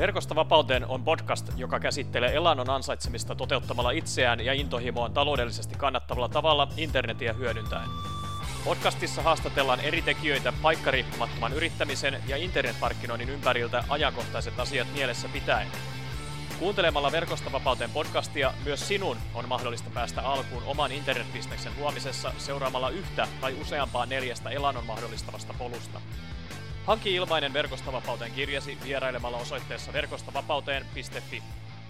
Verkosta vapauteen on podcast, joka käsittelee elannon ansaitsemista toteuttamalla itseään ja intohimoaan taloudellisesti kannattavalla tavalla internetiä hyödyntäen. Podcastissa haastatellaan eri tekijöitä paikkariippumattoman yrittämisen ja internetmarkkinoinnin ympäriltä ajankohtaiset asiat mielessä pitäen. Kuuntelemalla Verkosta vapauteen podcastia myös sinun on mahdollista päästä alkuun oman internetbisneksen luomisessa seuraamalla yhtä tai useampaa 4 elannon mahdollistavasta polusta. Hanki ilmainen Verkosta vapauteen kirjasi vierailemalla osoitteessa verkostavapauteen.fi.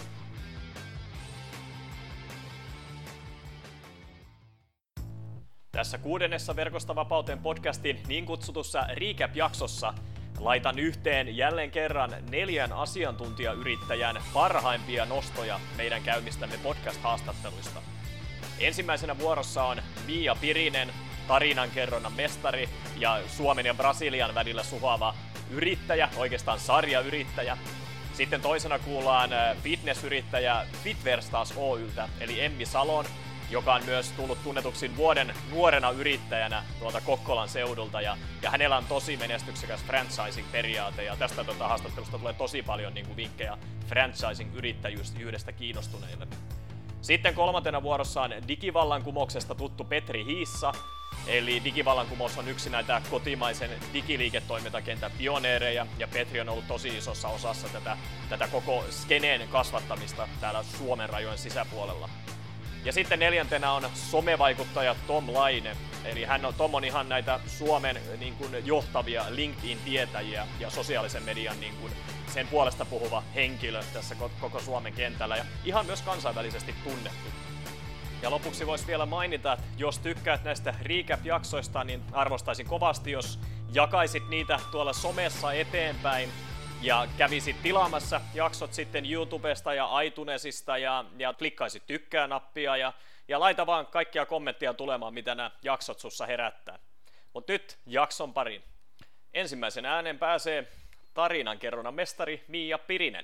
Tässä 6. Verkosta vapauteen podcastin niin kutsutussa recap-jaksossa laitan yhteen jälleen kerran 4 asiantuntijayrittäjän parhaimpia nostoja meidän käymistämme podcast-haastatteluista. Ensimmäisenä vuorossa on Mia Pirinen, tarinankerronnan mestari ja Suomen ja Brasilian välillä suhaava yrittäjä, oikeastaan sarjayrittäjä. Sitten toisena kuullaan fitnessyrittäjä Fitverstas Oy:ltä, eli Emmi Salon, joka on myös tullut tunnetuksi vuoden nuorena yrittäjänä tuolta Kokkolan seudulta, ja hänellä on tosi menestyksekäs franchising-periaate, ja tästä haastattelusta tulee tosi paljon vinkkejä franchising-yrittäjyydestä kiinnostuneille. Sitten 3. vuorossa on digivallankumouksesta tuttu Petri Hiissa, eli digivallankumous on yksi näitä kotimaisen digiliiketoimintakentän pioneereja, ja Petri on ollut tosi isossa osassa tätä koko skeneen kasvattamista täällä Suomen rajojen sisäpuolella. Ja sitten 4. on somevaikuttaja Tom Laine, eli Tom on ihan näitä Suomen johtavia LinkedIn-tietäjiä ja sosiaalisen median sen puolesta puhuva henkilö tässä koko Suomen kentällä ja ihan myös kansainvälisesti tunnettu. Ja lopuksi voisi vielä mainita, että jos tykkäät näistä recap-jaksoista, niin arvostaisin kovasti, jos jakaisit niitä tuolla somessa eteenpäin ja kävisit tilaamassa jaksot sitten YouTubesta ja iTunesista ja klikkaisit tykkää-nappia ja laita vaan kaikkia kommentteja tulemaan, mitä nämä jaksot sussa herättää. Mutta nyt jakson pariin. Ensimmäisen äänen pääsee tarinankerronnan mestari Mia Pirinen.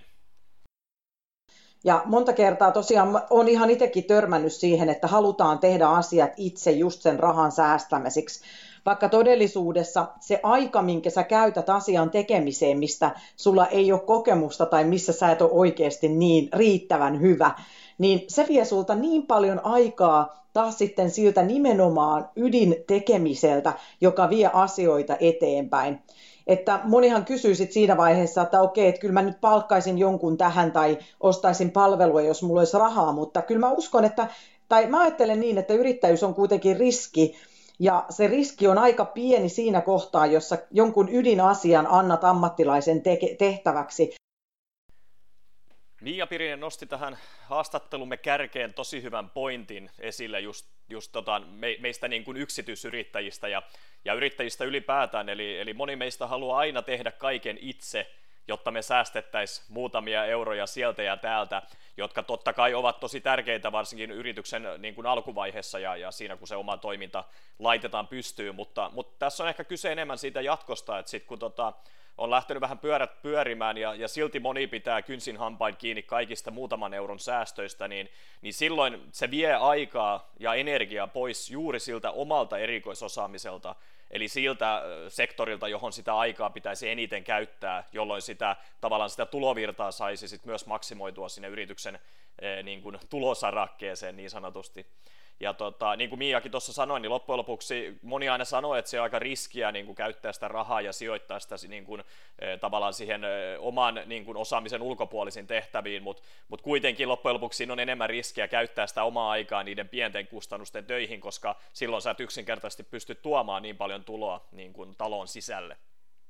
Ja monta kertaa tosiaan olen ihan itsekin törmännyt siihen, että halutaan tehdä asiat itse just sen rahan säästämiseksi. Vaikka todellisuudessa se aika, minkä sä käytät asian tekemiseen, mistä sulla ei ole kokemusta tai missä sä et ole oikeasti niin riittävän hyvä, niin se vie sulta niin paljon aikaa taas sitten siltä nimenomaan ydintekemiseltä, joka vie asioita eteenpäin. Että monihan kysyy sit siinä vaiheessa, että okei, että kyllä mä nyt palkkaisin jonkun tähän tai ostaisin palvelua, jos mulla olisi rahaa, mutta kyllä mä uskon, mä ajattelen niin, että yrittäjyys on kuitenkin riski, ja se riski on aika pieni siinä kohtaa, jossa jonkun ydinasian annat ammattilaisen tehtäväksi. Mia Pirinen nosti tähän haastattelumme kärkeen tosi hyvän pointin esille just meistä niin kuin yksityisyrittäjistä ja yrittäjistä ylipäätään. Eli moni meistä haluaa aina tehdä kaiken itse, jotta me säästettäisiin muutamia euroja sieltä ja täältä, jotka totta kai ovat tosi tärkeitä varsinkin yrityksen niin kuin alkuvaiheessa ja siinä kun se oma toiminta laitetaan pystyyn, mutta tässä on ehkä kyse enemmän siitä jatkosta, että sitten kun on lähtenyt vähän pyörät pyörimään ja silti moni pitää kynsin hampain kiinni kaikista muutaman euron säästöistä, niin silloin se vie aikaa ja energiaa pois juuri siltä omalta erikoisosaamiselta, eli siltä sektorilta, johon sitä aikaa pitäisi eniten käyttää, jolloin tavallaan sitä tulovirtaa saisi sit myös maksimoitua sinne yrityksen niin kuin tulosarakkeeseen niin sanotusti. Ja niin kuin Miakin tuossa sanoi, niin loppujen lopuksi moni aina sanoo, että se on aika riskiä niin kuin käyttää sitä rahaa ja sijoittaa sitä niin kuin, tavallaan siihen oman niin kuin osaamisen ulkopuolisiin tehtäviin, mutta kuitenkin loppujen lopuksi siinä on enemmän riskiä käyttää sitä omaa aikaa niiden pienten kustannusten töihin, koska silloin sä et yksinkertaisesti pysty tuomaan niin paljon tuloa niin kuin talon sisälle.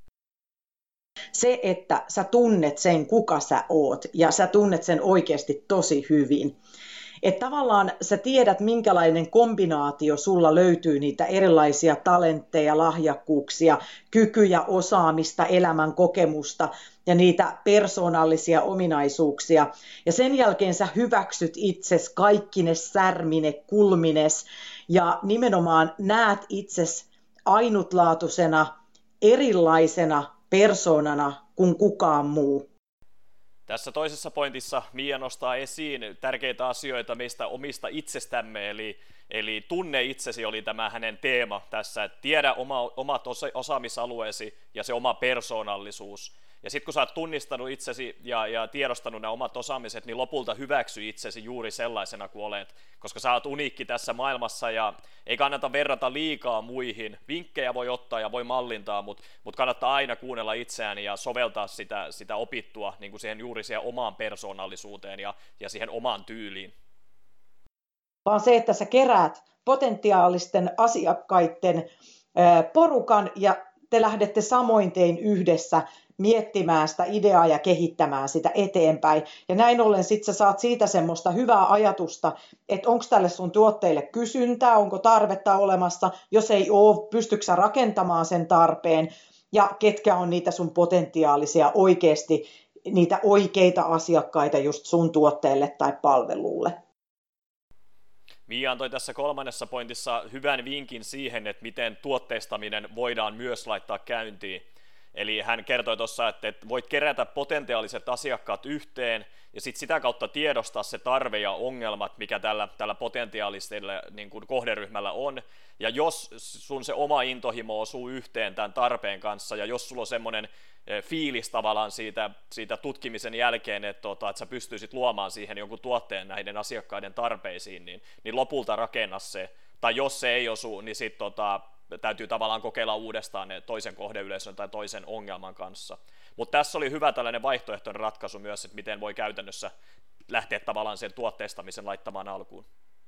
Se, että sä tunnet sen, kuka sä oot, ja sä tunnet sen oikeasti tosi hyvin. Että tavallaan sä tiedät, minkälainen kombinaatio sulla löytyy niitä erilaisia talentteja, lahjakkuuksia, kykyjä, osaamista, elämän kokemusta ja niitä persoonallisia ominaisuuksia. Ja sen jälkeen sä hyväksyt itses kaikkines, särmine, kulmines ja nimenomaan näet itses ainutlaatuisena, erilaisena persoonana kuin kukaan muu. Tässä toisessa pointissa Mia nostaa esiin tärkeitä asioita meistä omista itsestämme, eli tunne itsesi oli tämä hänen teema tässä, että tiedä omat osaamisalueesi ja se oma persoonallisuus. Ja sitten kun sä oot tunnistanut itsesi ja tiedostanut nämä omat osaamiset, niin lopulta hyväksy itsesi juuri sellaisena kuin olet, koska sä oot uniikki tässä maailmassa ja ei kannata verrata liikaa muihin. Vinkkejä voi ottaa ja voi mallintaa, mutta kannattaa aina kuunnella itseään ja soveltaa sitä opittua niin kuin juuri siihen omaan persoonallisuuteen ja siihen omaan tyyliin. Vaan se, että sä keräät potentiaalisten asiakkaiden porukan ja te lähdette samoin tein yhdessä miettimään sitä ideaa ja kehittämään sitä eteenpäin. Ja näin ollen sit sä saat siitä semmoista hyvää ajatusta, että onko tälle sun tuotteille kysyntää, onko tarvetta olemassa, jos ei ole, pystytkö sä rakentamaan sen tarpeen ja ketkä on niitä sun potentiaalisia oikeasti, niitä oikeita asiakkaita just sun tuotteelle tai palvelulle. Mia antoi tässä 3. pointissa hyvän vinkin siihen, että miten tuotteistaminen voidaan myös laittaa käyntiin. Eli hän kertoi tuossa, että voit kerätä potentiaaliset asiakkaat yhteen ja sitten sitä kautta tiedostaa se tarve ja ongelmat, mikä tällä potentiaalisella niin kuin kohderyhmällä on. Ja jos sun se oma intohimo osuu yhteen tämän tarpeen kanssa ja jos sulla on semmoinen fiilis tavallaan siitä tutkimisen jälkeen, että sä pystyisit luomaan siihen jonkun tuotteen näiden asiakkaiden tarpeisiin, niin lopulta rakenna se. Tai jos se ei osu, niin sitten täytyy tavallaan kokeilla uudestaan toisen kohdeyleisön tai toisen ongelman kanssa. Mutta tässä oli hyvä tällainen vaihtoehtoinen ratkaisu myös, että miten voi käytännössä lähteä tavallaan sen tuotteistamisen laittamaan alkuun.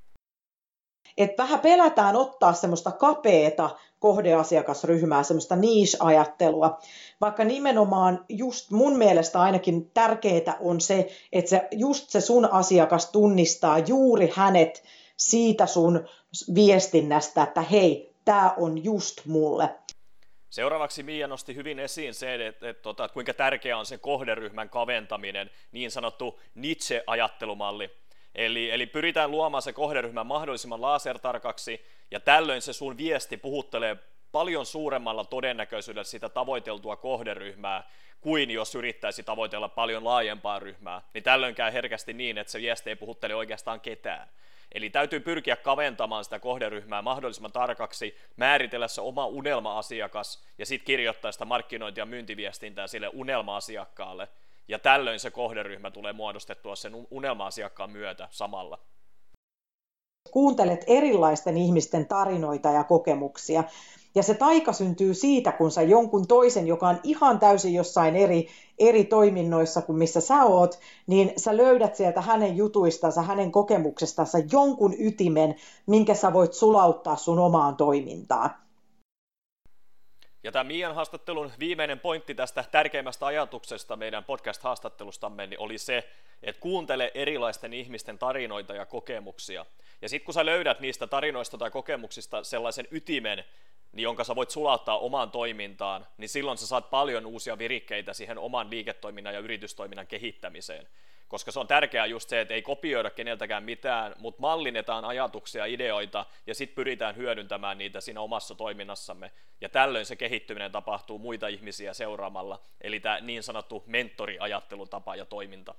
Et vähän pelätään ottaa semmoista kapeata kohdeasiakasryhmää, semmoista niche-ajattelua, vaikka nimenomaan just mun mielestä ainakin tärkeää on se, että just se sun asiakas tunnistaa juuri hänet siitä sun viestinnästä, että hei, tämä on just mulle. Seuraavaksi Mia nosti hyvin esiin se, että kuinka tärkeää on sen kohderyhmän kaventaminen, niin sanottu niche-ajattelumalli. Eli pyritään luomaan se kohderyhmä mahdollisimman lasertarkaksi, ja tällöin se sun viesti puhuttelee paljon suuremmalla todennäköisyydellä sitä tavoiteltua kohderyhmää, kuin jos yrittäisi tavoitella paljon laajempaa ryhmää. Niin tällöin käy herkästi niin, että se viesti ei puhuttele oikeastaan ketään. Eli täytyy pyrkiä kaventamaan sitä kohderyhmää mahdollisimman tarkaksi, määritellä se oma unelma-asiakas ja sitten kirjoittaa sitä markkinointi- ja myyntiviestintää sille unelma-asiakkaalle. Ja tällöin se kohderyhmä tulee muodostettua sen unelma-asiakkaan myötä samalla. Kuuntelet erilaisten ihmisten tarinoita ja kokemuksia. Ja se taika syntyy siitä, kun sä jonkun toisen, joka on ihan täysin jossain eri toiminnoissa kuin missä sä oot, niin sä löydät sieltä hänen jutuistansa, hänen kokemuksestansa jonkun ytimen, minkä sä voit sulauttaa sun omaan toimintaan. Ja tämä Mian haastattelun viimeinen pointti tästä tärkeimmästä ajatuksesta meidän podcast-haastattelustamme niin oli se, että kuuntele erilaisten ihmisten tarinoita ja kokemuksia. Ja sitten kun sä löydät niistä tarinoista tai kokemuksista sellaisen ytimen, niin jonka sä voit sulauttaa omaan toimintaan, niin silloin sä saat paljon uusia virikkeitä siihen oman liiketoiminnan ja yritystoiminnan kehittämiseen. Koska se on tärkeää just se, että ei kopioida keneltäkään mitään, mutta mallinnetaan ajatuksia, ideoita ja sitten pyritään hyödyntämään niitä siinä omassa toiminnassamme. Ja tällöin se kehittyminen tapahtuu muita ihmisiä seuraamalla, eli tämä niin sanottu mentoriajattelutapa ja toiminta.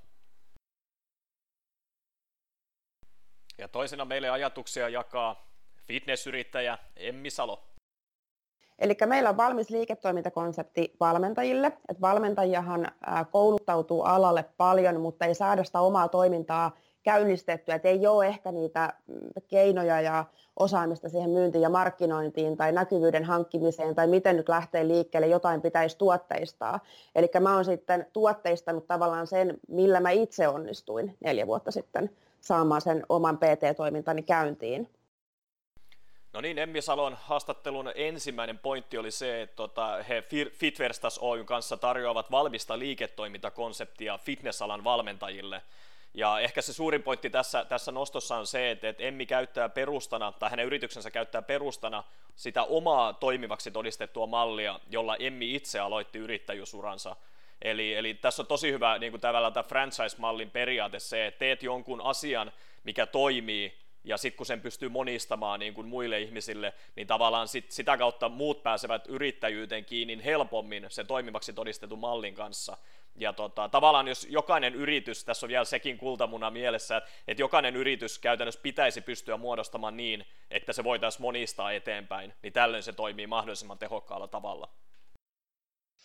Ja toisena meille ajatuksia jakaa fitnessyrittäjä Emmi Salo. Eli meillä on valmis liiketoimintakonsepti valmentajille. Et valmentajahan kouluttautuu alalle paljon, mutta ei saada sitä omaa toimintaa käynnistettyä. Et ei ole ehkä niitä keinoja ja osaamista siihen myyntiin ja markkinointiin tai näkyvyyden hankkimiseen tai miten nyt lähtee liikkeelle, jotain pitäisi tuotteistaa. Eli mä oon sitten tuotteistanut tavallaan sen, millä mä itse onnistuin 4 vuotta sitten saamaan sen oman PT-toimintani käyntiin. No niin, Emmi Salon haastattelun ensimmäinen pointti oli se, että he Fitverstas Oyn kanssa tarjoavat valmista liiketoimintakonseptia fitnessalan valmentajille. Ja ehkä se suurin pointti tässä nostossa on se, että Emmi käyttää perustana, tai hänen yrityksensä käyttää perustana sitä omaa toimivaksi todistettua mallia, jolla Emmi itse aloitti yrittäjyysuransa. Eli tässä on tosi hyvä niin kuin tämä franchise-mallin periaate se, että teet jonkun asian, mikä toimii, ja sitten kun sen pystyy monistamaan niin kuin muille ihmisille, niin tavallaan sitä kautta muut pääsevät yrittäjyyteen kiinni helpommin sen toimivaksi todistetun mallin kanssa. Ja tavallaan jos jokainen yritys, tässä on vielä sekin kultamuna mielessä, että jokainen yritys käytännössä pitäisi pystyä muodostamaan niin, että se voitaisiin monistaa eteenpäin, niin tällöin se toimii mahdollisimman tehokkaalla tavalla.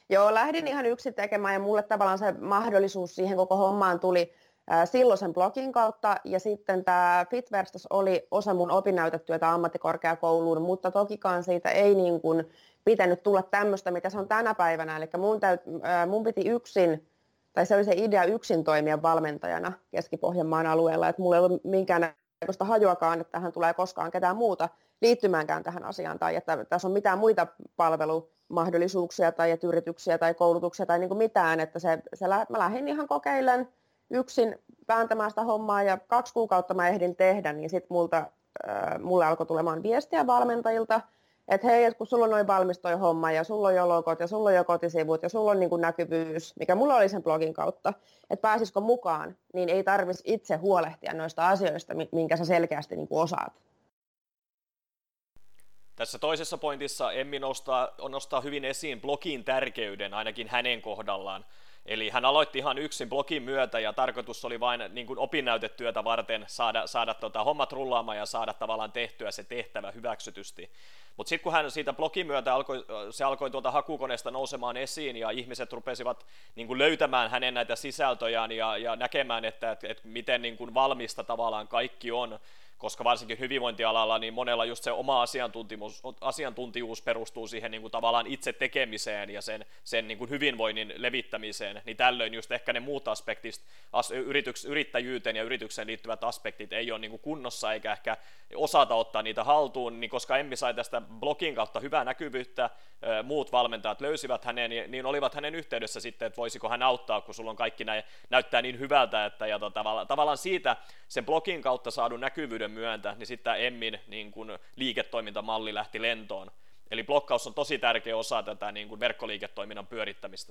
Joo, lähdin ihan yksin tekemään ja mulle tavallaan se mahdollisuus siihen koko hommaan tuli silloisen blogin kautta ja sitten tämä FitVerstas oli osa mun opinnäytetyötä ammattikorkeakouluun, mutta tokikaan siitä ei niin kuin pitänyt tulla tämmöistä, mitä se on tänä päivänä, eli mun piti yksin, tai se oli se idea yksin toimia valmentajana Keski-Pohjanmaan alueella, että mulla ei ollut minkäännäköistä hajuakaan, että tähän tulee koskaan ketään muuta liittymäänkään tähän asiaan, tai että tässä on mitään muita palvelumahdollisuuksia tai että yrityksiä tai koulutuksia tai niin kuin mitään, että mä lähdin ihan kokeilemaan yksin vääntämään sitä hommaa ja 2 kuukautta mä ehdin tehdä, niin sitten mulle alkoi tulemaan viestiä valmentajilta, että hei, että kun sulla on noin valmis toi homma ja sulla on jo logot ja sulla on jo kotisivut ja sulla on niin kuin näkyvyys, mikä mulla oli sen blogin kautta, että pääsisikö mukaan, niin ei tarvitsisi itse huolehtia noista asioista, minkä sä selkeästi niin kuin osaat. Tässä toisessa pointissa Emmi nostaa hyvin esiin blogin tärkeyden, ainakin hänen kohdallaan. Eli hän aloitti ihan yksin blogin myötä ja tarkoitus oli vain niin kuin opinnäytetyötä varten saada hommat rullaamaan ja saada tavallaan tehtyä se tehtävä hyväksytysti. Mutta sitten kun hän siitä blogin myötä alkoi tuolta hakukoneesta nousemaan esiin ja ihmiset rupesivat niin kuin löytämään hänen näitä sisältöjään ja näkemään, että miten niin kuin valmista tavallaan kaikki on, koska varsinkin hyvinvointialalla niin monella just se oma asiantuntijuus perustuu siihen niin kuin tavallaan itse tekemiseen ja sen niin kuin hyvinvoinnin levittämiseen, niin tällöin just ehkä ne muut aspektit, yrittäjyyteen ja yritykseen liittyvät aspektit ei ole niin kuin kunnossa eikä ehkä osata ottaa niitä haltuun, niin koska Emmi sai tästä blogin kautta hyvää näkyvyyttä, muut valmentajat löysivät hänen, niin olivat hänen yhteydessä sitten, että voisiko hän auttaa, kun sulla on kaikki näyttää niin hyvältä, että tavallaan siitä sen blogin kautta saadun näkyvyyden myöntä, niin sitten Emmin niin kuin liiketoimintamalli lähti lentoon. Eli blokkaus on tosi tärkeä osa tätä niin kuin verkkoliiketoiminnan pyörittämistä.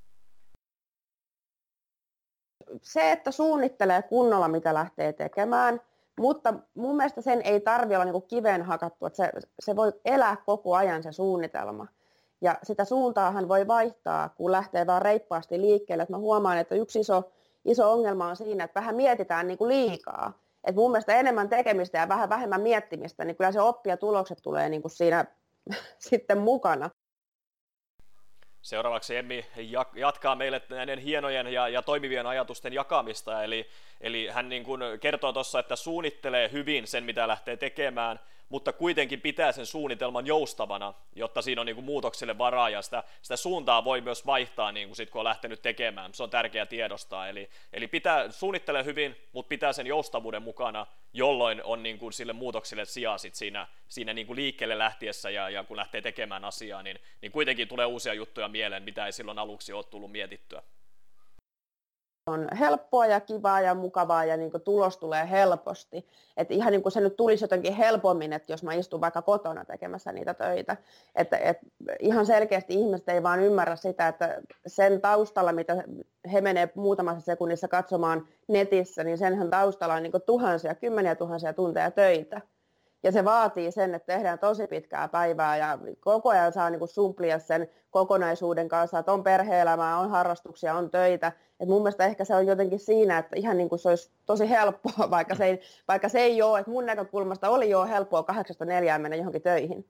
Se, että suunnittelee kunnolla, mitä lähtee tekemään, mutta mun mielestä sen ei tarvitse olla niin kuin kiveen hakattu, että se voi elää koko ajan se suunnitelma. Ja sitä suuntaahan voi vaihtaa, kun lähtee vaan reippaasti liikkeelle. Että mä huomaan, että yksi iso ongelma on siinä, että vähän mietitään niin kuin liikaa. Et mun mielestä enemmän tekemistä ja vähän vähemmän miettimistä, niin kyllä se oppi ja tulokset tulee niin kuin siinä sitten mukana. Seuraavaksi Emmi jatkaa meille näiden hienojen ja toimivien ajatusten jakamista, eli hän niin kuin kertoo tuossa, että suunnittelee hyvin sen, mitä lähtee tekemään, mutta kuitenkin pitää sen suunnitelman joustavana, jotta siinä on niin kuin muutoksille varaa, ja sitä suuntaa voi myös vaihtaa, niin kuin sit, kun on lähtenyt tekemään. Se on tärkeää tiedostaa, eli suunnittelee hyvin, mutta pitää sen joustavuuden mukana, jolloin on niin kuin sille muutoksille sijaa sit siinä niin kuin liikkeelle lähtiessä, ja kun lähtee tekemään asiaa, niin kuitenkin tulee uusia juttuja mieleen, mitä ei silloin aluksi ole tullut mietittyä. On helppoa ja kivaa ja mukavaa ja niin kuin tulos tulee helposti. Et ihan niin kuin se nyt tulisi jotenkin helpommin, että jos mä istun vaikka kotona tekemässä niitä töitä. Et ihan selkeästi ihmiset ei vaan ymmärrä sitä, että sen taustalla, mitä he menee muutamassa sekunnissa katsomaan netissä, niin senhän taustalla on niin kuin kymmeniä tuhansia tunteja töitä. Ja se vaatii sen, että tehdään tosi pitkää päivää ja koko ajan saa niin kuin sumplia sen kokonaisuuden kanssa, että on perhe-elämää, on harrastuksia, on töitä. Et mun mielestä ehkä se on jotenkin siinä, että ihan niin kuin se olisi tosi helppoa, vaikka se ei ole. Että mun näkökulmasta oli jo helppoa 8-4 mennä johonkin töihin.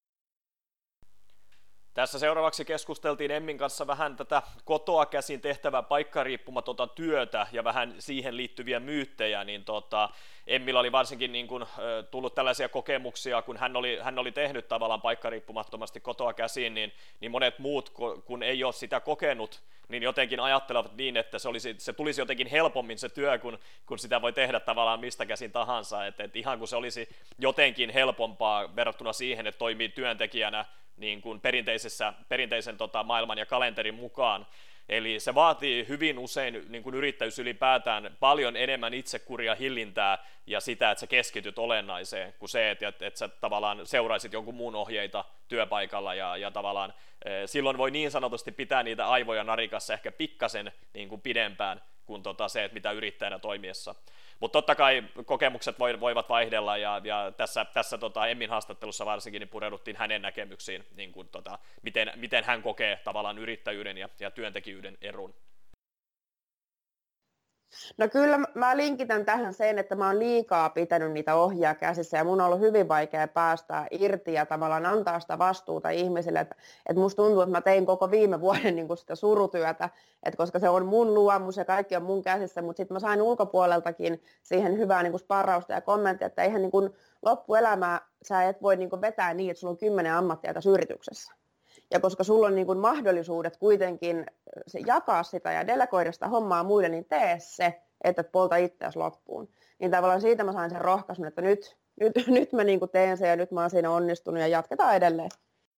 Tässä seuraavaksi keskusteltiin Emmin kanssa vähän tätä kotoa käsin tehtävää paikkariippumatonta työtä ja vähän siihen liittyviä myyttejä, niin Emmillä oli varsinkin niin kuin, tullut tällaisia kokemuksia, kun hän oli tehnyt tavallaan paikkariippumattomasti kotoa käsin, niin monet muut, kun ei ole sitä kokenut, niin jotenkin ajattelevat niin, että se tulisi jotenkin helpommin se työ, kun sitä voi tehdä tavallaan mistä käsin tahansa, että ihan kun se olisi jotenkin helpompaa verrattuna siihen, että toimii työntekijänä niin kuin perinteisen maailman ja kalenterin mukaan. Eli se vaatii hyvin usein niin kuin yrittäjyys ylipäätään paljon enemmän itsekuria, hillintää ja sitä, että sä keskityt olennaiseen, kuin se, että sä tavallaan seuraisit jonkun muun ohjeita työpaikalla ja tavallaan silloin voi niin sanotusti pitää niitä aivoja narikassa ehkä pikkasen niin kuin pidempään kuin se, että mitä yrittäjänä toimiessa. Mutta totta kai kokemukset voivat vaihdella ja tässä Emmin haastattelussa varsinkin niin pureuduttiin hänen näkemyksiin, niin kuin, miten hän kokee tavallaan yrittäjyyden ja työntekijyyden erun. No kyllä mä linkitän tähän sen, että mä oon liikaa pitänyt niitä ohjaa käsissä ja mun on ollut hyvin vaikea päästä irti ja tavallaan antaa sitä vastuuta ihmisille, että musta tuntuu, että mä tein koko viime vuoden niin kuin sitä surutyötä, että koska se on mun luomus ja kaikki on mun käsissä, mutta sitten mä sain ulkopuoleltakin siihen hyvää niin kuin sparrausta ja kommenttia, että eihän niin kuin loppuelämää sä et voi niin kuin vetää niin, että sulla on 10 ammattia tässä yrityksessä. Ja koska sulla on niin kuin mahdollisuudet kuitenkin jakaa sitä ja delegoida sitä hommaa muille, niin tee se, että et polta itseäsi loppuun. Niin tavallaan siitä mä sain sen rohkaisun, että nyt mä niin kuin teen sen ja nyt mä oon siinä onnistunut ja jatketaan edelleen.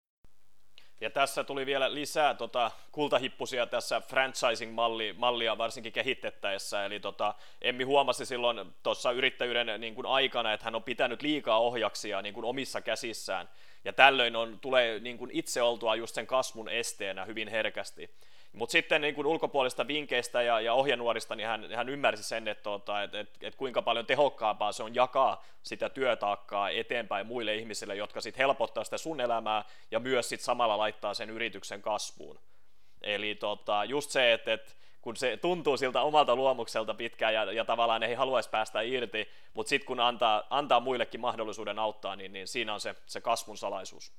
Ja tässä tuli vielä lisää kultahippusia tässä franchising-mallia varsinkin kehitettäessä, eli Emmi huomasi silloin tuossa yrittäjyyden niin kuin aikana, että hän on pitänyt liikaa ohjaksia niin kuin omissa käsissään, ja tällöin tulee niin kuin itse oltua just sen kasvun esteenä hyvin herkästi. Mutta sitten niin kuin ulkopuolista vinkkeistä ja ohjenuorista, niin hän ymmärsi sen, että kuinka paljon tehokkaampaa se on jakaa sitä työtaakkaa eteenpäin muille ihmisille, jotka sitten helpottaa sitä sun elämää ja myös sitten samalla laittaa sen yrityksen kasvuun. Eli just se, että kun se tuntuu siltä omalta luomukselta pitkään ja tavallaan ei haluaisi päästä irti, mutta sitten kun antaa muillekin mahdollisuuden auttaa, niin siinä on se kasvun salaisuus.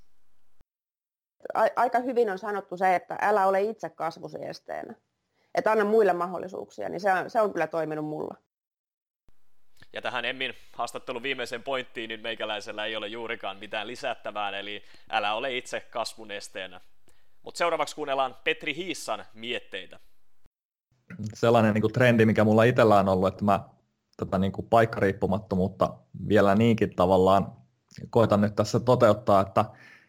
Aika hyvin on sanottu se, että älä ole itse kasvusi esteenä. Että anna muille mahdollisuuksia, niin se on kyllä toiminut mulla. Ja tähän Emmin haastattelun viimeiseen pointtiin nyt meikäläisellä ei ole juurikaan mitään lisättävää, eli älä ole itse kasvun esteenä. Mutta seuraavaksi kuunnellaan Petri Hiissan mietteitä. Sellainen niin kuin trendi, mikä mulla itsellä on ollut, että mä tätä niin kuin paikkariippumattomuutta vielä niinkin tavallaan koitan nyt tässä toteuttaa, että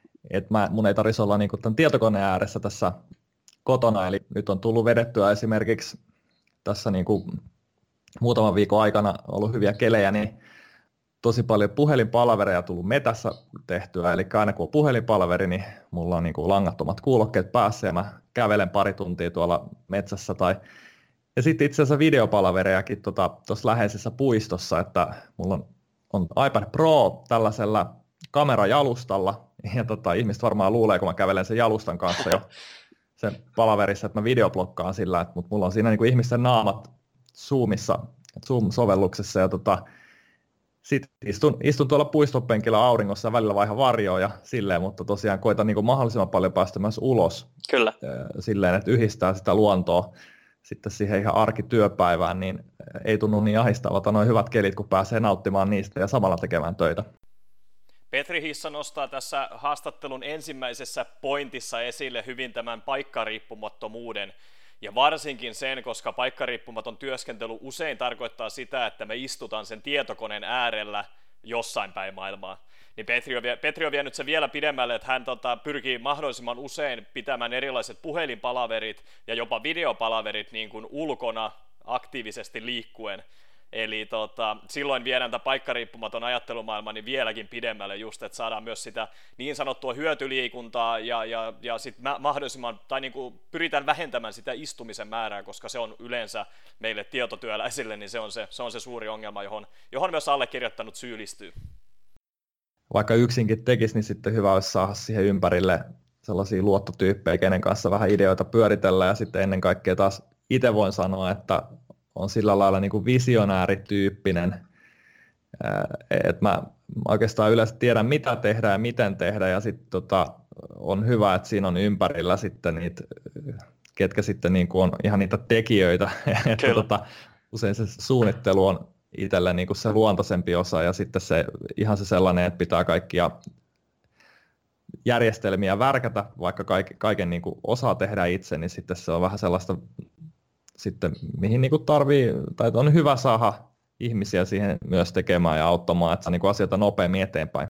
mun ei tarvitsisi olla niin kuin tämän tietokoneen ääressä tässä kotona, eli nyt on tullut vedettyä esimerkiksi tässä niin kuin muutaman viikon aikana ollut hyviä kelejä, niin tosi paljon puhelinpalvereja tullut metässä tehtyä, eli aina kun on puhelinpalveri, niin mulla on niin kuin langattomat kuulokkeet päässä ja mä kävelen pari tuntia tuolla metsässä ja sitten itse asiassa videopalverejakin tuossa läheisessä puistossa, että mulla on iPad Pro tällaisella kamerajalustalla, ja ihmiset varmaan luulee, kun mä kävelen sen jalustan kanssa jo sen palaverissa, että mä videoblokkaan sillä, mutta mulla on siinä niin kuin ihmisten naamat Zoomissa, Zoom-sovelluksessa, ja sitten istun tuolla puistopenkillä auringossa ja välillä vaihan varjoa ja silleen, mutta tosiaan koitan niin kuin mahdollisimman paljon päästä myös ulos. Kyllä. Silleen, että yhdistää sitä luontoa sitten siihen ihan arkityöpäivään, niin ei tunnu niin ahdistavalta noin hyvät kelit, kun pääsee nauttimaan niistä ja samalla tekemään töitä. Petri Hissa nostaa tässä haastattelun ensimmäisessä pointissa esille hyvin tämän paikkariippumattomuuden, ja varsinkin sen, koska paikkariippumaton työskentely usein tarkoittaa sitä, että me istutaan sen tietokoneen äärellä jossain päin maailmaa. Niin Petri on vienyt sen vielä pidemmälle, että hän pyrkii mahdollisimman usein pitämään erilaiset puhelinpalaverit ja jopa videopalaverit niin kuin ulkona aktiivisesti liikkuen. Eli silloin viedään tämä paikkariippumaton ajattelumaailma niin vieläkin pidemmälle just, että saadaan myös sitä niin sanottua hyötyliikuntaa ja sitten mahdollisimman, tai niin kuin pyritään vähentämään sitä istumisen määrää, koska se on yleensä meille tietotyöläisille, niin se on se suuri ongelma, johon myös allekirjoittanut syyllistyy. Vaikka yksinkin tekisi, niin sitten hyvä olisi saada siihen ympärille sellaisia luottotyyppejä, kenen kanssa vähän ideoita pyöritellä, ja sitten ennen kaikkea taas itse voin sanoa, että on sillä lailla niin kuin visionäärityyppinen, että mä oikeastaan yleensä tiedän, mitä tehdään ja miten tehdään, ja sitten on hyvä, että siinä on ympärillä sitten niitä, ketkä sitten niin kuin on ihan niitä tekijöitä, että usein se suunnittelu on itselle niin kuin se luontaisempi osa, ja sitten ihan se sellainen, että pitää kaikkia järjestelmiä värkätä, vaikka kaiken niin kuin osaa tehdä itse, niin sitten se on vähän sellaista, sitten, mihin niin kuin tarvii, tai on hyvä saada ihmisiä siihen myös tekemään ja auttamaan, että saa niin kuin asioita nopeammin eteenpäin.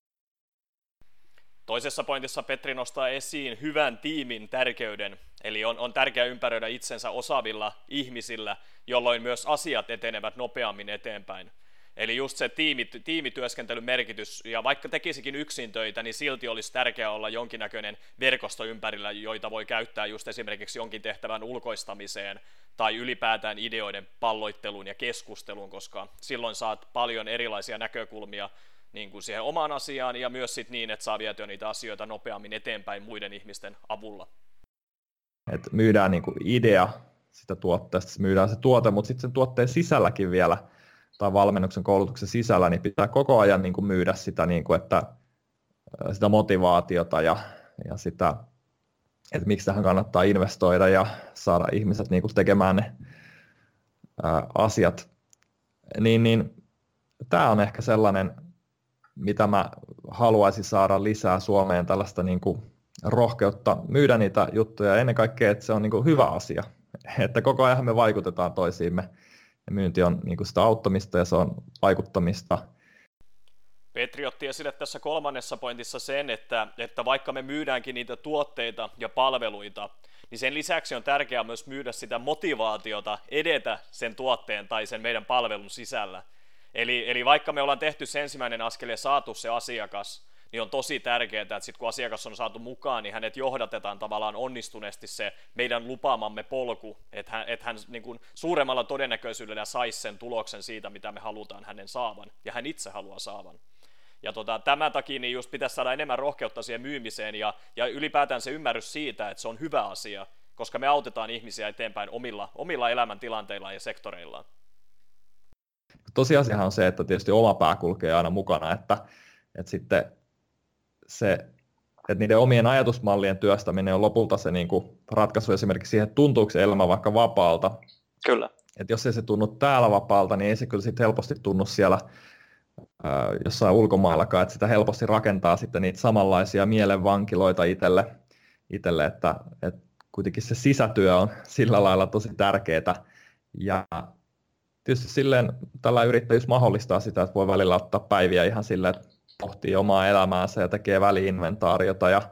Toisessa pointissa Petri nostaa esiin hyvän tiimin tärkeyden, eli on tärkeää ympäröidä itsensä osaavilla ihmisillä, jolloin myös asiat etenevät nopeammin eteenpäin. Eli just se tiimityöskentelyn merkitys, ja vaikka tekisikin yksin töitä, niin silti olisi tärkeää olla jonkinnäköinen verkosto ympärillä, joita voi käyttää just esimerkiksi jonkin tehtävän ulkoistamiseen tai ylipäätään ideoiden palloitteluun ja keskusteluun, koska silloin saat paljon erilaisia näkökulmia niin kuin siihen omaan asiaan ja myös sit niin, että saa vietyä niitä asioita nopeammin eteenpäin muiden ihmisten avulla. Et myydään niin kuin idea sitä tuotteesta, se myydään se tuote, mutta sitten sen tuotteen sisälläkin vielä, tai valmennuksen koulutuksen sisällä, niin pitää koko ajan niin kuin myydä sitä, niin kuin, että sitä motivaatiota ja sitä, että miksi tähän kannattaa investoida ja saada ihmiset niin kuin tekemään ne asiat. Niin tämä on ehkä sellainen, mitä mä haluaisin saada lisää Suomeen, tällaista niin kuin rohkeutta myydä niitä juttuja, ja ennen kaikkea, että se on niin kuin hyvä asia, että koko ajan me vaikutetaan toisiimme, ja myynti on niin kuin sitä auttamista ja se on vaikuttamista. Petri otti esille tässä kolmannessa pointissa sen, että vaikka me myydäänkin niitä tuotteita ja palveluita, niin sen lisäksi on tärkeää myös myydä sitä motivaatiota edetä sen tuotteen tai sen meidän palvelun sisällä. Eli vaikka me ollaan tehty se ensimmäinen askel ja saatu se asiakas, niin on tosi tärkeää, että sit kun asiakas on saatu mukaan, niin hänet johdatetaan tavallaan onnistuneesti se meidän lupaamamme polku, että hän niin kuin suuremmalla todennäköisyydellä saisi sen tuloksen siitä, mitä me halutaan hänen saavan, ja hän itse haluaa saavan. Ja tämän takia niin just pitäisi saada enemmän rohkeutta siihen myymiseen ja ylipäätään se ymmärrys siitä, että se on hyvä asia, koska me autetaan ihmisiä eteenpäin omilla elämäntilanteillaan ja sektoreillaan. Tosiasiahan on se, että tietysti oma pää kulkee aina mukana, että sitten se, että niiden omien ajatusmallien työstäminen on lopulta se niin kuin ratkaisu esimerkiksi siihen, että tuntuuko se elämä vaikka vapaalta. Kyllä. Että jos ei se tunnu täällä vapaalta, niin ei se kyllä sitten helposti tunnu siellä jossain ulkomaillakaan, että sitä helposti rakentaa sitten niitä samanlaisia mielenvankiloita itselle, että kuitenkin se sisätyö on sillä lailla tosi tärkeää. Ja tietysti silleen tällä yrittäjyys mahdollistaa sitä, että voi välillä ottaa päiviä ihan silleen, että pohtii omaa elämäänsä ja tekee väliinventaariota ja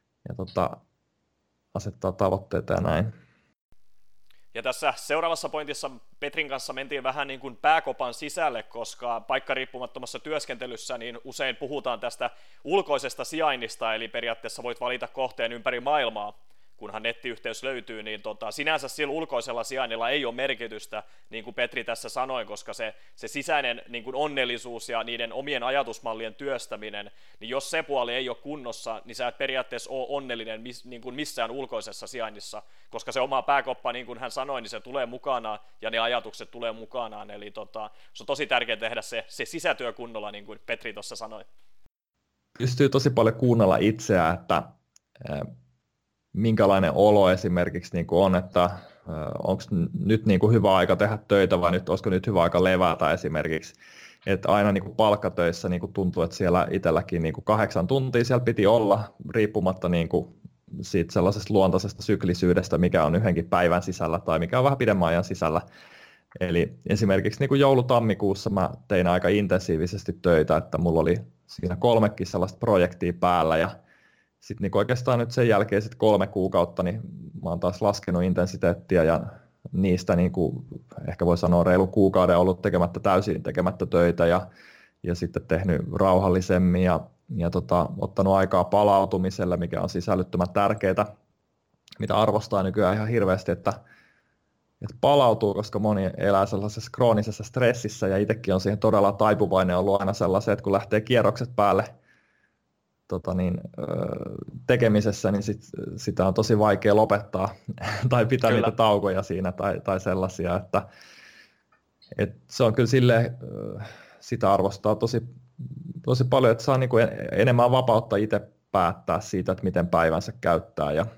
asettaa tavoitteita ja näin. Ja tässä seuraavassa pointissa Petrin kanssa mentiin vähän niin kuin pääkopan sisälle, koska paikkariippumattomassa työskentelyssä niin usein puhutaan tästä ulkoisesta sijainnista, eli periaatteessa voit valita kohteen ympäri maailmaa, kunhan nettiyhteys löytyy, niin sinänsä sillä ulkoisella sijainnilla ei ole merkitystä, niin kuin Petri tässä sanoi, koska se sisäinen niin kuin onnellisuus ja niiden omien ajatusmallien työstäminen, niin jos se puoli ei ole kunnossa, niin sä et periaatteessa ole onnellinen niin kuin missään ulkoisessa sijainnissa, koska se oma pääkoppa, niin kuin hän sanoi, niin se tulee mukana ja ne ajatukset tulee mukanaan, eli se on tosi tärkeää tehdä se sisätyö kunnolla, niin kuin Petri tuossa sanoi. Pystyy tosi paljon kuunnella itseään, että minkälainen olo esimerkiksi niin kuin on, että onko nyt niin kuin hyvä aika tehdä töitä vai olisiko nyt hyvä aika levätä esimerkiksi. Että aina niin kuin palkkatöissä niin kuin tuntuu, että siellä itselläkin niin kuin 8 tuntia siellä piti olla, riippumatta niin kuin siitä sellaisesta luontaisesta syklisyydestä, mikä on yhdenkin päivän sisällä tai mikä on vähän pidemmän ajan sisällä. Eli esimerkiksi niin kuin joulu-tammikuussa mä tein aika intensiivisesti töitä, että mulla oli siinä 3 sellaista projektia päällä ja sitten niin oikeastaan nyt sen jälkeen 3 kuukautta, niin mä oon taas laskenut intensiteettiä ja niistä niin kuin, ehkä voi sanoa reilu kuukauden ollut täysin tekemättä töitä ja sitten tehnyt rauhallisemmin ja ottanut aikaa palautumiselle, mikä on sisällyttömän tärkeää, mitä arvostaa nykyään ihan hirveästi, että palautuu, koska moni elää sellaisessa kroonisessa stressissä ja itsekin on siihen todella taipuvainen ollut aina sellaisen, että kun lähtee kierrokset päälle, tekemisessä, niin sitä on tosi vaikea lopettaa tai pitää Kyllä. niitä taukoja siinä tai sellaisia, että se on kyllä silleen, sitä arvostaa tosi paljon, että saa niinku enemmän vapautta itse päättää siitä, että miten päivänsä käyttää ja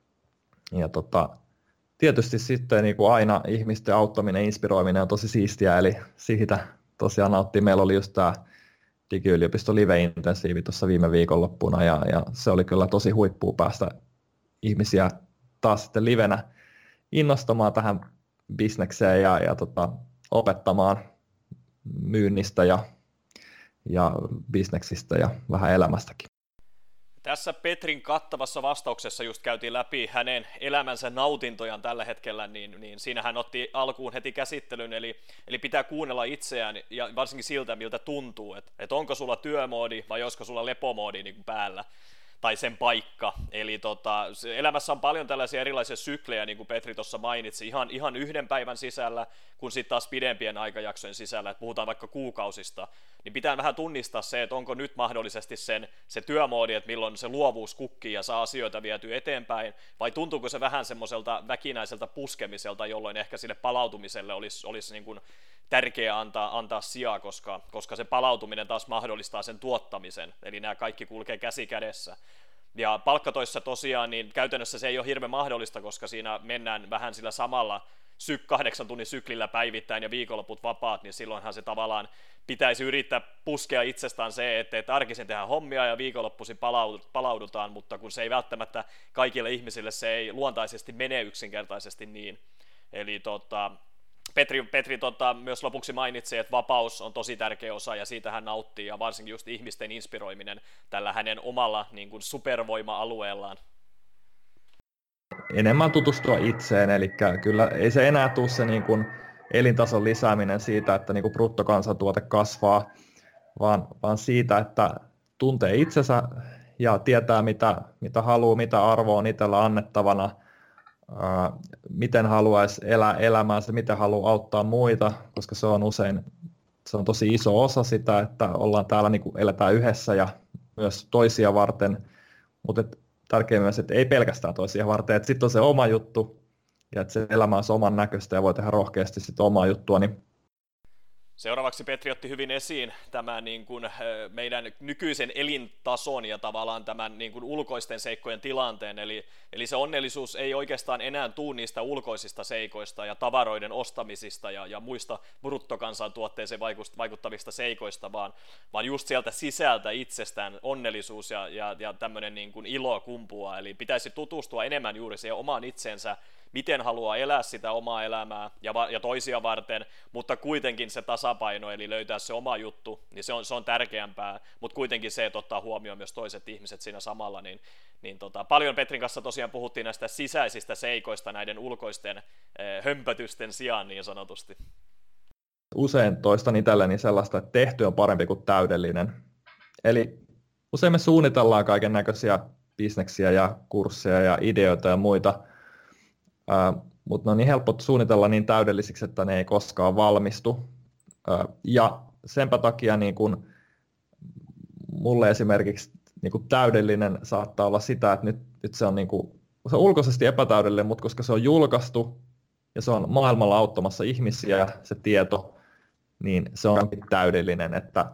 tietysti sitten niinku aina ihmisten auttaminen, inspiroiminen on tosi siistiä, eli siitä tosiaan nauttii. Meillä oli just tämä Digiyliopisto Live-intensiivi tuossa viime viikonloppuna ja se oli kyllä tosi huippua päästä ihmisiä taas sitten livenä innostamaan tähän bisnekseen ja opettamaan myynnistä ja bisneksistä ja vähän elämästäkin. Tässä Petrin kattavassa vastauksessa just käytiin läpi hänen elämänsä nautintojaan tällä hetkellä, niin siinä hän otti alkuun heti käsittelyn, eli pitää kuunnella itseään ja varsinkin siltä, miltä tuntuu, että onko sulla työmoodi vai olisiko sulla lepomoodi niin kuin päällä. tai sen paikka. Eli elämässä on paljon tällaisia erilaisia syklejä, niin kuin Petri tuossa mainitsi, ihan yhden päivän sisällä, kun sitten taas pidempien aikajaksojen sisällä, että puhutaan vaikka kuukausista, niin pitää vähän tunnistaa se, että onko nyt mahdollisesti se työmoodi, että milloin se luovuus kukkii ja saa asioita vietyä eteenpäin, vai tuntuuko se vähän semmoiselta väkinäiseltä puskemiselta, jolloin ehkä sille palautumiselle olisi niin kuin tärkeää antaa sijaa, koska se palautuminen taas mahdollistaa sen tuottamisen, eli nämä kaikki kulkee käsi kädessä. Ja palkkatoissa tosiaan, niin käytännössä se ei ole hirveän mahdollista, koska siinä mennään vähän sillä samalla 8 tunnin syklillä päivittäin ja viikonloput vapaat, niin silloinhan se tavallaan pitäisi yrittää puskea itsestään se, että arkisin tehdään hommia ja viikonloppuisin palaudutaan, mutta kun se ei välttämättä kaikille ihmisille, se ei luontaisesti mene yksinkertaisesti niin. Eli Petri myös lopuksi mainitsi, että vapaus on tosi tärkeä osa ja siitä hän nauttii ja varsinkin just ihmisten inspiroiminen tällä hänen omalla niin kuin supervoima-alueellaan. Enemmän tutustua itseen, eli kyllä ei se enää tule se niin kuin elintason lisääminen siitä, että niin kuin bruttokansantuote kasvaa, vaan siitä, että tuntee itsensä ja tietää mitä haluaa, mitä arvoa on itsellä annettavana, miten haluaisi elää elämäänsä, miten haluaa auttaa muita, koska se on tosi iso osa sitä, että ollaan täällä, niin kuin eletään yhdessä ja myös toisia varten, mutta tärkeää myös, että ei pelkästään toisia varten, että sitten on se oma juttu ja että se elämä on oman näköistä ja voi tehdä rohkeasti sitä omaa juttua. Niin seuraavaksi Petri otti hyvin esiin tämän niin kuin meidän nykyisen elintason ja tavallaan tämän niin kuin ulkoisten seikkojen tilanteen, eli se onnellisuus ei oikeastaan enää tule niistä ulkoisista seikoista ja tavaroiden ostamisista ja muista bruttokansantuotteeseen vaikuttavista seikoista, vaan just sieltä sisältä itsestään onnellisuus ja tämmöinen niin kuin ilo kumpuaa, eli pitäisi tutustua enemmän juuri siihen omaan itseensä, miten haluaa elää sitä omaa elämää ja toisia varten, mutta kuitenkin se tasapaino, eli löytää se oma juttu, niin se on tärkeämpää, mutta kuitenkin se, että ottaa huomioon myös toiset ihmiset siinä samalla, niin paljon Petrin kanssa tosiaan puhuttiin näistä sisäisistä seikoista näiden ulkoisten hömpötysten sijaan niin sanotusti. Usein toistan itselleni sellaista, että tehty on parempi kuin täydellinen. Eli usein me suunnitellaan kaiken näköisiä bisneksiä ja kursseja ja ideoita ja muita, mutta ne on niin helppo suunnitella niin täydellisiksi, että ne ei koskaan valmistu. Ja senpä takia niin kun mulle esimerkiksi niin kun täydellinen saattaa olla sitä, että nyt se on, niin kun, se on ulkoisesti epätäydellinen, mutta koska se on julkaistu ja se on maailmalla auttamassa ihmisiä se tieto, niin se on täydellinen, että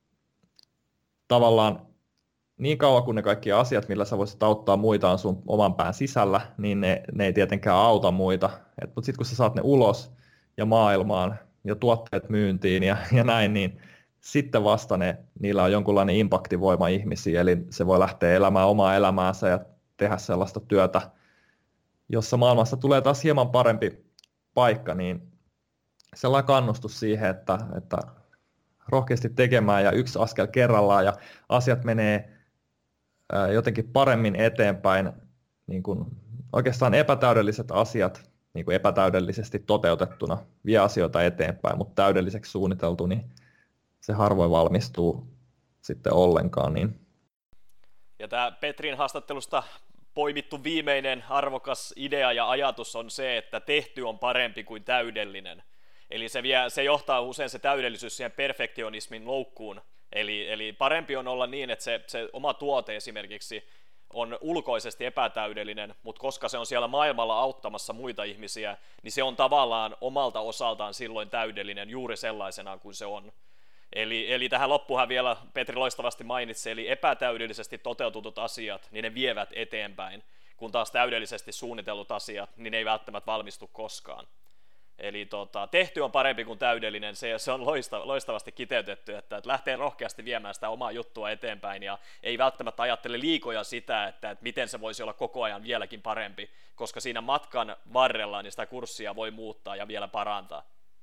tavallaan niin kauan kuin ne kaikki asiat, millä sä voisit auttaa muita on sun oman pään sisällä, niin ne ei tietenkään auta muita. Mutta sitten kun sä saat ne ulos ja maailmaan ja tuotteet myyntiin ja näin, niin sitten vasta niillä on jonkunlainen impaktivoima ihmisiä. Eli se voi lähteä elämään omaa elämäänsä ja tehdä sellaista työtä, jossa maailmassa tulee taas hieman parempi paikka, niin sellainen kannustus siihen, että rohkeasti tekemään ja yksi askel kerrallaan ja asiat menee jotenkin paremmin eteenpäin, niin kuin oikeastaan epätäydelliset asiat niin kuin epätäydellisesti toteutettuna vie asioita eteenpäin, mutta täydelliseksi suunniteltu, niin se harvoin valmistuu sitten ollenkaan. Niin. Ja tämä Petrin haastattelusta poimittu viimeinen arvokas idea ja ajatus on se, että tehty on parempi kuin täydellinen. Eli se johtaa usein se täydellisyys siihen perfektionismin loukkuun. Eli parempi on olla niin, että se oma tuote esimerkiksi on ulkoisesti epätäydellinen, mutta koska se on siellä maailmalla auttamassa muita ihmisiä, niin se on tavallaan omalta osaltaan silloin täydellinen juuri sellaisenaan kuin se on. Eli tähän loppuhan vielä Petri loistavasti mainitsi, eli epätäydellisesti toteututut asiat, niin ne vievät eteenpäin, kun taas täydellisesti suunnitellut asiat, niin ne ei välttämättä valmistu koskaan. Eli tehty on parempi kuin täydellinen, se on loistavasti kiteytetty, että lähtee rohkeasti viemään sitä omaa juttua eteenpäin ja ei välttämättä ajattele liikoja sitä, että miten se voisi olla koko ajan vieläkin parempi, koska siinä matkan varrella niin sitä kurssia voi muuttaa ja vielä parantaa.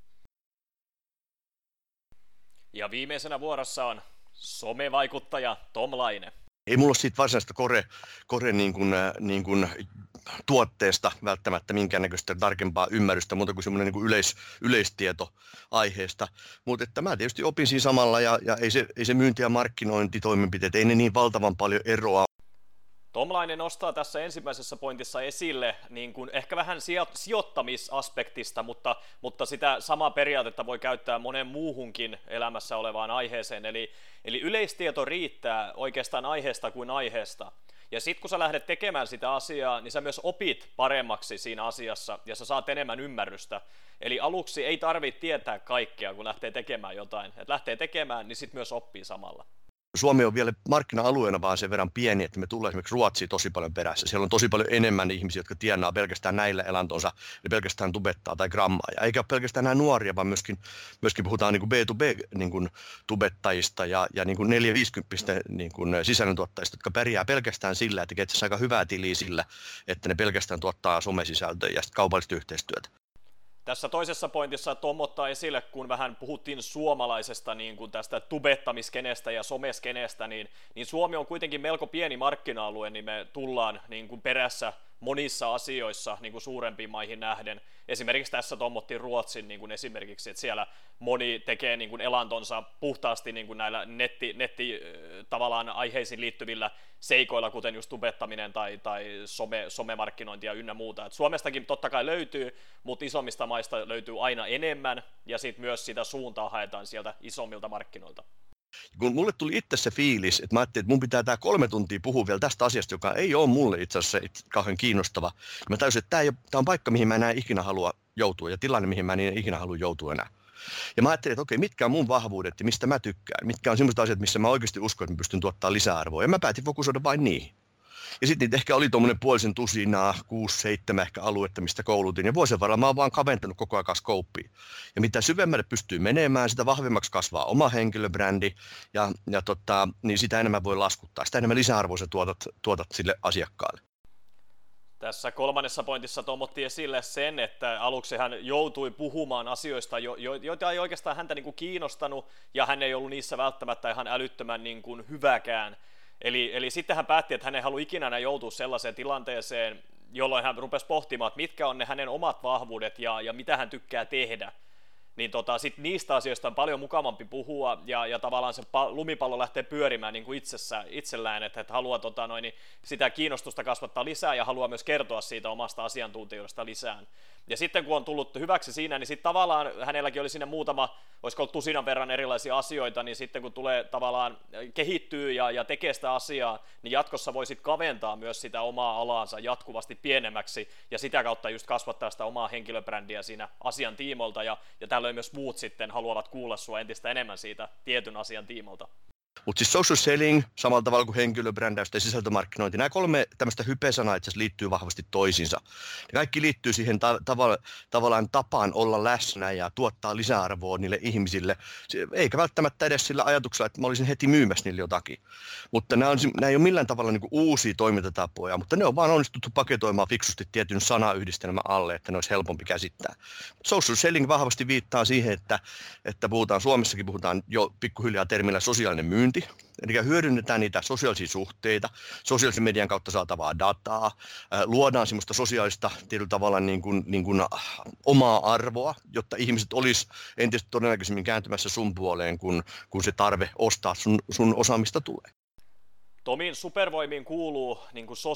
Ja viimeisenä vuorossa on somevaikuttaja Tom Laine. Ei mulla ole siitä varsinaista kore niin kuin tuotteesta välttämättä minkäännäköistä tarkempaa ymmärrystä, muuta kuin semmoinen niin yleistieto aiheesta. Mutta että mä tietysti opin siinä samalla ja ei se myynti- ja markkinointitoimenpiteet, ei ne niin valtavan paljon eroa. Tomlainen nostaa tässä ensimmäisessä pointissa esille niin kuin ehkä vähän sijoittamisaspektista, mutta sitä samaa periaatetta voi käyttää monen muuhunkin elämässä olevaan aiheeseen. Eli yleistieto riittää oikeastaan aiheesta kuin aiheesta. Ja sitten kun sä lähdet tekemään sitä asiaa, niin sä myös opit paremmaksi siinä asiassa ja sä saat enemmän ymmärrystä. Eli aluksi ei tarvitse tietää kaikkea, kun lähtee tekemään jotain. Et lähtee tekemään, niin sitten myös oppii samalla. Suomi on vielä markkina-alueena vaan sen verran pieni, että me tullaan esimerkiksi Ruotsiin tosi paljon perässä. Siellä on tosi paljon enemmän ihmisiä, jotka tienaa pelkästään näillä elantonsa, eli pelkästään tubettaa tai grammaa. Ja eikä ole pelkästään nämä nuoria, vaan myöskin puhutaan niin kuin B2B niin kuin tubettajista ja niin kuin 450 niin kuin sisällöntuottajista, jotka pärjää pelkästään sillä, että tekee aika hyvää tiliä sillä, että ne pelkästään tuottaa somesisältöä ja kaupallista yhteistyötä. Tässä toisessa pointissa Tom ottaa esille, kun vähän puhuttiin suomalaisesta niin kuin tästä tubettamiskenestä ja someskenestä, niin Suomi on kuitenkin melko pieni markkina-alue, niin me tullaan niin kuin perässä monissa asioissa niin kuin suurempiin maihin nähden. Esimerkiksi tässä Tom otti Ruotsin niin kuin esimerkiksi, että siellä moni tekee niin kuin elantonsa puhtaasti niin kuin näillä tavallaan aiheisiin liittyvillä seikoilla, kuten just tubettaminen tai somemarkkinointia ynnä muuta. Et Suomestakin totta kai löytyy, mutta isommista maista löytyy aina enemmän, ja sitten myös sitä suuntaa haetaan sieltä isommilta markkinoilta. Kun mulle tuli itse se fiilis, että mä ajattelin, että mun pitää tää 3 tuntia puhua vielä tästä asiasta, joka ei ole mulle itse asiassa kauhean kiinnostava. Ja mä täysin, että tää on paikka, mihin mä enää ikinä halua joutua, ja tilanne, mihin mä en ikinä halua joutua enää. Ja mä ajattelin, että okei, mitkä on mun vahvuudet ja mistä mä tykkään, mitkä on sellaiset asiat, missä mä oikeasti uskon, että mä pystyn tuottaa lisäarvoa, ja mä päätin fokusoida vain niihin. Ja sitten niitä ehkä oli tuommoinen puolisen tusinaa, 6-7 ehkä aluetta, mistä koulutin. Ja vuosien varrella mä oon vaan kaventanut koko ajan skouppia. Ja mitä syvemmälle pystyy menemään, sitä vahvemmaksi kasvaa oma henkilöbrändi. Niin sitä enemmän voi laskuttaa. Sitä enemmän lisäarvoa sä tuotat sille asiakkaalle. Tässä kolmannessa pointissa Tom otti esille sen, että aluksi hän joutui puhumaan asioista, joita ei oikeastaan häntä niin kuin kiinnostanut, ja hän ei ollut niissä välttämättä ihan älyttömän niin kuin hyväkään. Eli sitten hän päätti, että hän ei halua ikinä enää joutua sellaiseen tilanteeseen, jolloin hän rupesi pohtimaan, että mitkä on ne hänen omat vahvuudet ja mitä hän tykkää tehdä. Niin sitten niistä asioista on paljon mukavampi puhua ja tavallaan se lumipallo lähtee pyörimään niin kuin itsellään, että haluaa sitä kiinnostusta kasvattaa lisää ja haluaa myös kertoa siitä omasta asiantuntijuudesta lisää. Ja sitten kun on tullut hyväksi siinä, niin sitten tavallaan hänelläkin oli siinä muutama, olisiko ollut tusinan verran erilaisia asioita, niin sitten kun tulee tavallaan kehittyy ja tekee sitä asiaa, niin jatkossa voi sitten kaventaa myös sitä omaa alaansa jatkuvasti pienemmäksi ja sitä kautta just kasvattaa sitä omaa henkilöbrändiä siinä asian tiimolta ja tällöin myös muut sitten haluavat kuulla sua entistä enemmän siitä tietyn asian tiimolta. Mutta siis social selling, samalla tavalla kuin henkilöbrändäys ja sisältömarkkinointi, nämä 3 tämmöistä hype-sanaa itse asiassa liittyy vahvasti toisiinsa. Ne kaikki liittyy siihen tavallaan tapaan olla läsnä ja tuottaa lisäarvoa niille ihmisille, eikä välttämättä edes sillä ajatuksella, että mä olisin heti myymässä niille jotakin. Mutta nämä ei ole millään tavalla niinku uusia toimintatapoja, mutta ne on vaan onnistuttu paketoimaan fiksusti tietyn sanayhdistelmän alle, että ne olisi helpompi käsittää. Social selling vahvasti viittaa siihen, että Suomessakin puhutaan jo pikkuhiljaa termillä sosiaalinen myynti. Eli hyödynnetään niitä sosiaalisia suhteita, sosiaalisen median kautta saatavaa dataa, luodaan semmoista sosiaalista tietyllä tavalla niin kuin omaa arvoa, jotta ihmiset olisi entistä todennäköisemmin kääntymässä sun puoleen, kun se tarve ostaa sun osaamista tulee. Tomin supervoimiin kuuluu niin kuin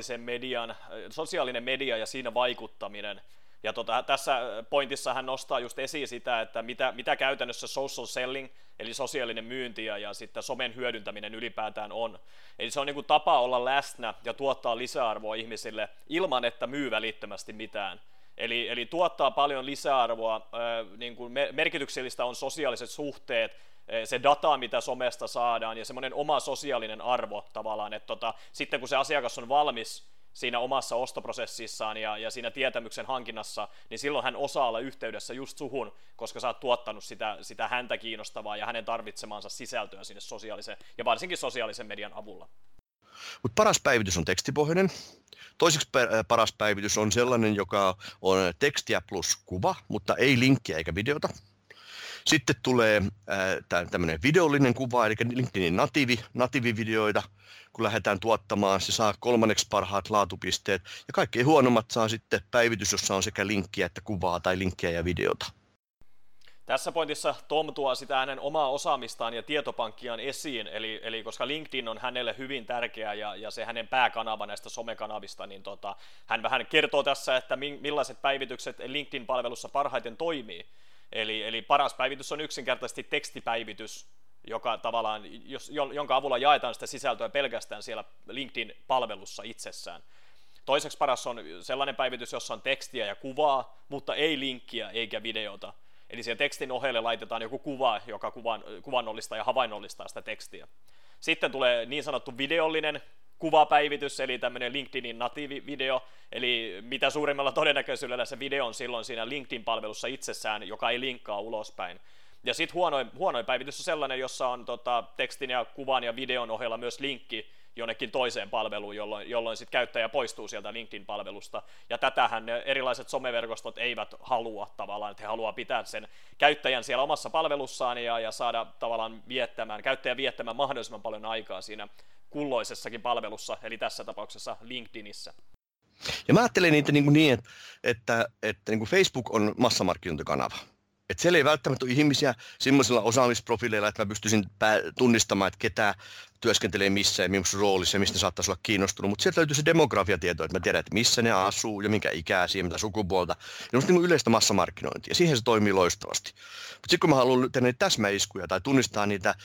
sosiaalinen media ja siinä vaikuttaminen. Ja tässä pointissa hän nostaa just esiin sitä, että mitä käytännössä social selling, eli sosiaalinen myynti ja sitten somen hyödyntäminen ylipäätään on. Eli se on niin kuin tapa olla läsnä ja tuottaa lisäarvoa ihmisille ilman, että myy välittömästi mitään. Eli tuottaa paljon lisäarvoa, niin kuin merkityksellistä on sosiaaliset suhteet, se data, mitä somesta saadaan ja semmoinen oma sosiaalinen arvo tavallaan, että sitten kun se asiakas on valmis siinä omassa ostoprosessissaan ja siinä tietämyksen hankinnassa, niin silloin hän osaa olla yhteydessä just suhun, koska sä oot tuottanut sitä häntä kiinnostavaa ja hänen tarvitsemaansa sisältöä sinne sosiaalisen ja varsinkin sosiaalisen median avulla. Mutta paras päivitys on tekstipohjainen. Toiseksi paras päivitys on sellainen, joka on tekstiä plus kuva, mutta ei linkkiä eikä videota. Sitten tulee tämmöinen videollinen kuva, eli LinkedInin natiivivideoita, kun lähdetään tuottamaan. Se saa 3. parhaat laatupisteet, ja kaikkein huonommat saa sitten päivitys, jossa on sekä linkkiä että kuvaa tai linkkiä ja videota. Tässä pointissa Tom tuo sitä hänen omaa osaamistaan ja tietopankkiaan esiin, eli koska LinkedIn on hänelle hyvin tärkeä ja se hänen pääkanava näistä somekanavista, niin hän vähän kertoo tässä, että millaiset päivitykset LinkedIn-palvelussa parhaiten toimii. Eli paras päivitys on yksinkertaisesti tekstipäivitys, jonka avulla jaetaan sitä sisältöä pelkästään siellä LinkedIn-palvelussa itsessään. Toiseksi paras on sellainen päivitys, jossa on tekstiä ja kuvaa, mutta ei linkkiä eikä videota. Eli siihen tekstin ohelle laitetaan joku kuva, joka kuvannollistaa ja havainnollistaa sitä tekstiä. Sitten tulee niin sanottu videollinen kuvapäivitys, eli tämmöinen LinkedInin natiivivideo, eli mitä suurimmalla todennäköisyydellä se video on silloin siinä LinkedIn-palvelussa itsessään, joka ei linkkaa ulospäin. Ja sitten huonoin päivitys on sellainen, jossa on tekstin ja kuvan ja videon ohella myös linkki jonnekin toiseen palveluun, jolloin sitten käyttäjä poistuu sieltä LinkedIn-palvelusta. Ja tätähän erilaiset someverkostot eivät halua tavallaan, että he haluaa pitää sen käyttäjän siellä omassa palvelussaan ja saada tavallaan käyttäjän viettämään mahdollisimman paljon aikaa siinä kulloisessakin palvelussa, eli tässä tapauksessa LinkedInissä. Ja mä ajattelen niitä niin että niin kuin Facebook on massamarkkinointikanava. Että siellä ei välttämättä ole ihmisiä semmoisilla osaamisprofiileilla, että mä pystyisin tunnistamaan, että ketä työskentelee missä ja millaisessa roolissa ja mistä saattaisi olla kiinnostunut. Mutta sieltä löytyy se demografiatieto, että mä tiedän, että missä ne asuu ja minkä ikäisiä, mitä sukupuolta. Ja on niin yleistä massamarkkinointia ja siihen se toimii loistavasti. Mutta sitten kun mä haluan tehdä niitä täsmäiskuja tai tunnistaa niitä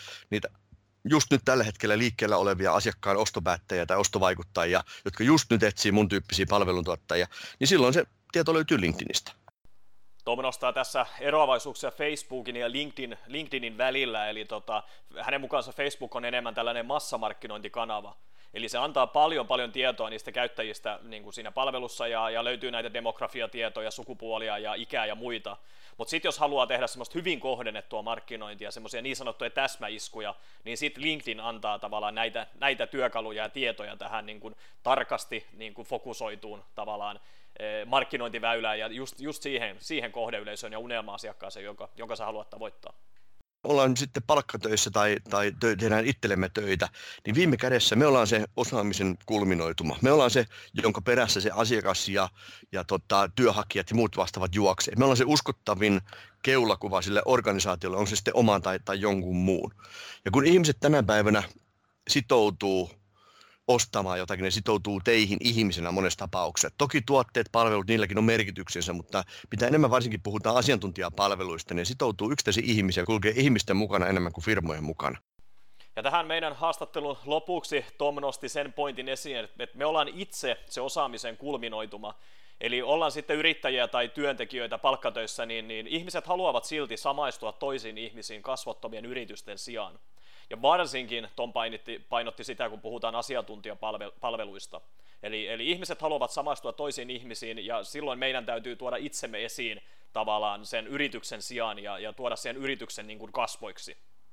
just nyt tällä hetkellä liikkeellä olevia asiakkaan ostopäättäjiä tai ostovaikuttajia, jotka just nyt etsii mun tyyppisiä palveluntuottajia, niin silloin se tieto löytyy LinkedInistä. Tom nostaa tässä eroavaisuuksia Facebookin ja LinkedInin välillä, eli hänen mukaansa Facebook on enemmän tällainen massamarkkinointikanava. Eli se antaa paljon tietoa niistä käyttäjistä niin kuin siinä palvelussa ja löytyy näitä demografiatietoja, sukupuolia ja ikää ja muita. Mutta sitten jos haluaa tehdä semmoista hyvin kohdennettua markkinointia, semmoisia niin sanottuja täsmäiskuja, niin sitten LinkedIn antaa tavallaan näitä työkaluja ja tietoja tähän niin kuin tarkasti niin kuin fokusoituun tavallaan markkinointiväylään ja just siihen kohdeyleisöön ja unelma-asiakkaaseen, jonka sä haluat tavoittaa. Ollaan sitten palkkatöissä tai tehdään itsellemme töitä, niin viime kädessä me ollaan se osaamisen kulminoituma. Me ollaan se, jonka perässä se asiakas ja työhakijat ja muut vastaavat juoksee. Me ollaan se uskottavin keulakuva sille organisaatiolle, on se sitten oman tai jonkun muun. Ja kun ihmiset tänä päivänä sitoutuu ostamaan jotakin, ne sitoutuu teihin ihmisenä monessa tapauksessa. Toki tuotteet, palvelut, niilläkin on merkityksensä, mutta mitä enemmän varsinkin puhutaan asiantuntijapalveluista, niin sitoutuu yksittäisiä ihmisiä, kulkee ihmisten mukana enemmän kuin firmojen mukana. Ja tähän meidän haastattelun lopuksi Tom nosti sen pointin esiin, että me ollaan itse se osaamisen kulminoituma. Eli ollaan sitten yrittäjiä tai työntekijöitä palkkatöissä, niin ihmiset haluavat silti samaistua toisiin ihmisiin kasvottomien yritysten sijaan. Ja varsinkin Tom painotti sitä, kun puhutaan asiantuntijapalveluista. Eli ihmiset haluavat samaistua toisiin ihmisiin, ja silloin meidän täytyy tuoda itsemme esiin tavallaan sen yrityksen sijaan ja tuoda sen yrityksen niin kuin kasvoiksi.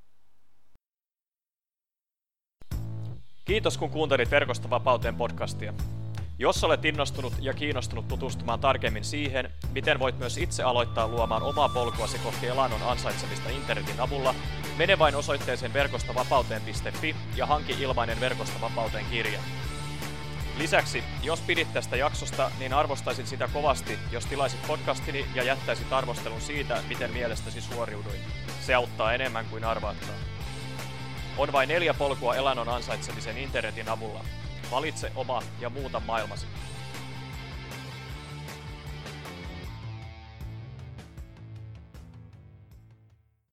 Kiitos, kun kuuntelit Verkosta vapauteen podcastia. Jos olet innostunut ja kiinnostunut tutustumaan tarkemmin siihen, miten voit myös itse aloittaa luomaan omaa polkuasi kohti elannon ansaitsemista internetin avulla, mene vain osoitteeseen verkostavapauteen.fi ja hanki ilmainen Verkosta vapauteen -kirja. Lisäksi, jos pidit tästä jaksosta, niin arvostaisin sitä kovasti, jos tilaisit podcastini ja jättäisit arvostelun siitä, miten mielestäsi suoriuduin. Se auttaa enemmän kuin arvaatkaan. On vain 4 polkua elannon ansaitsemisen internetin avulla. Valitse oma ja muuta maailmasi.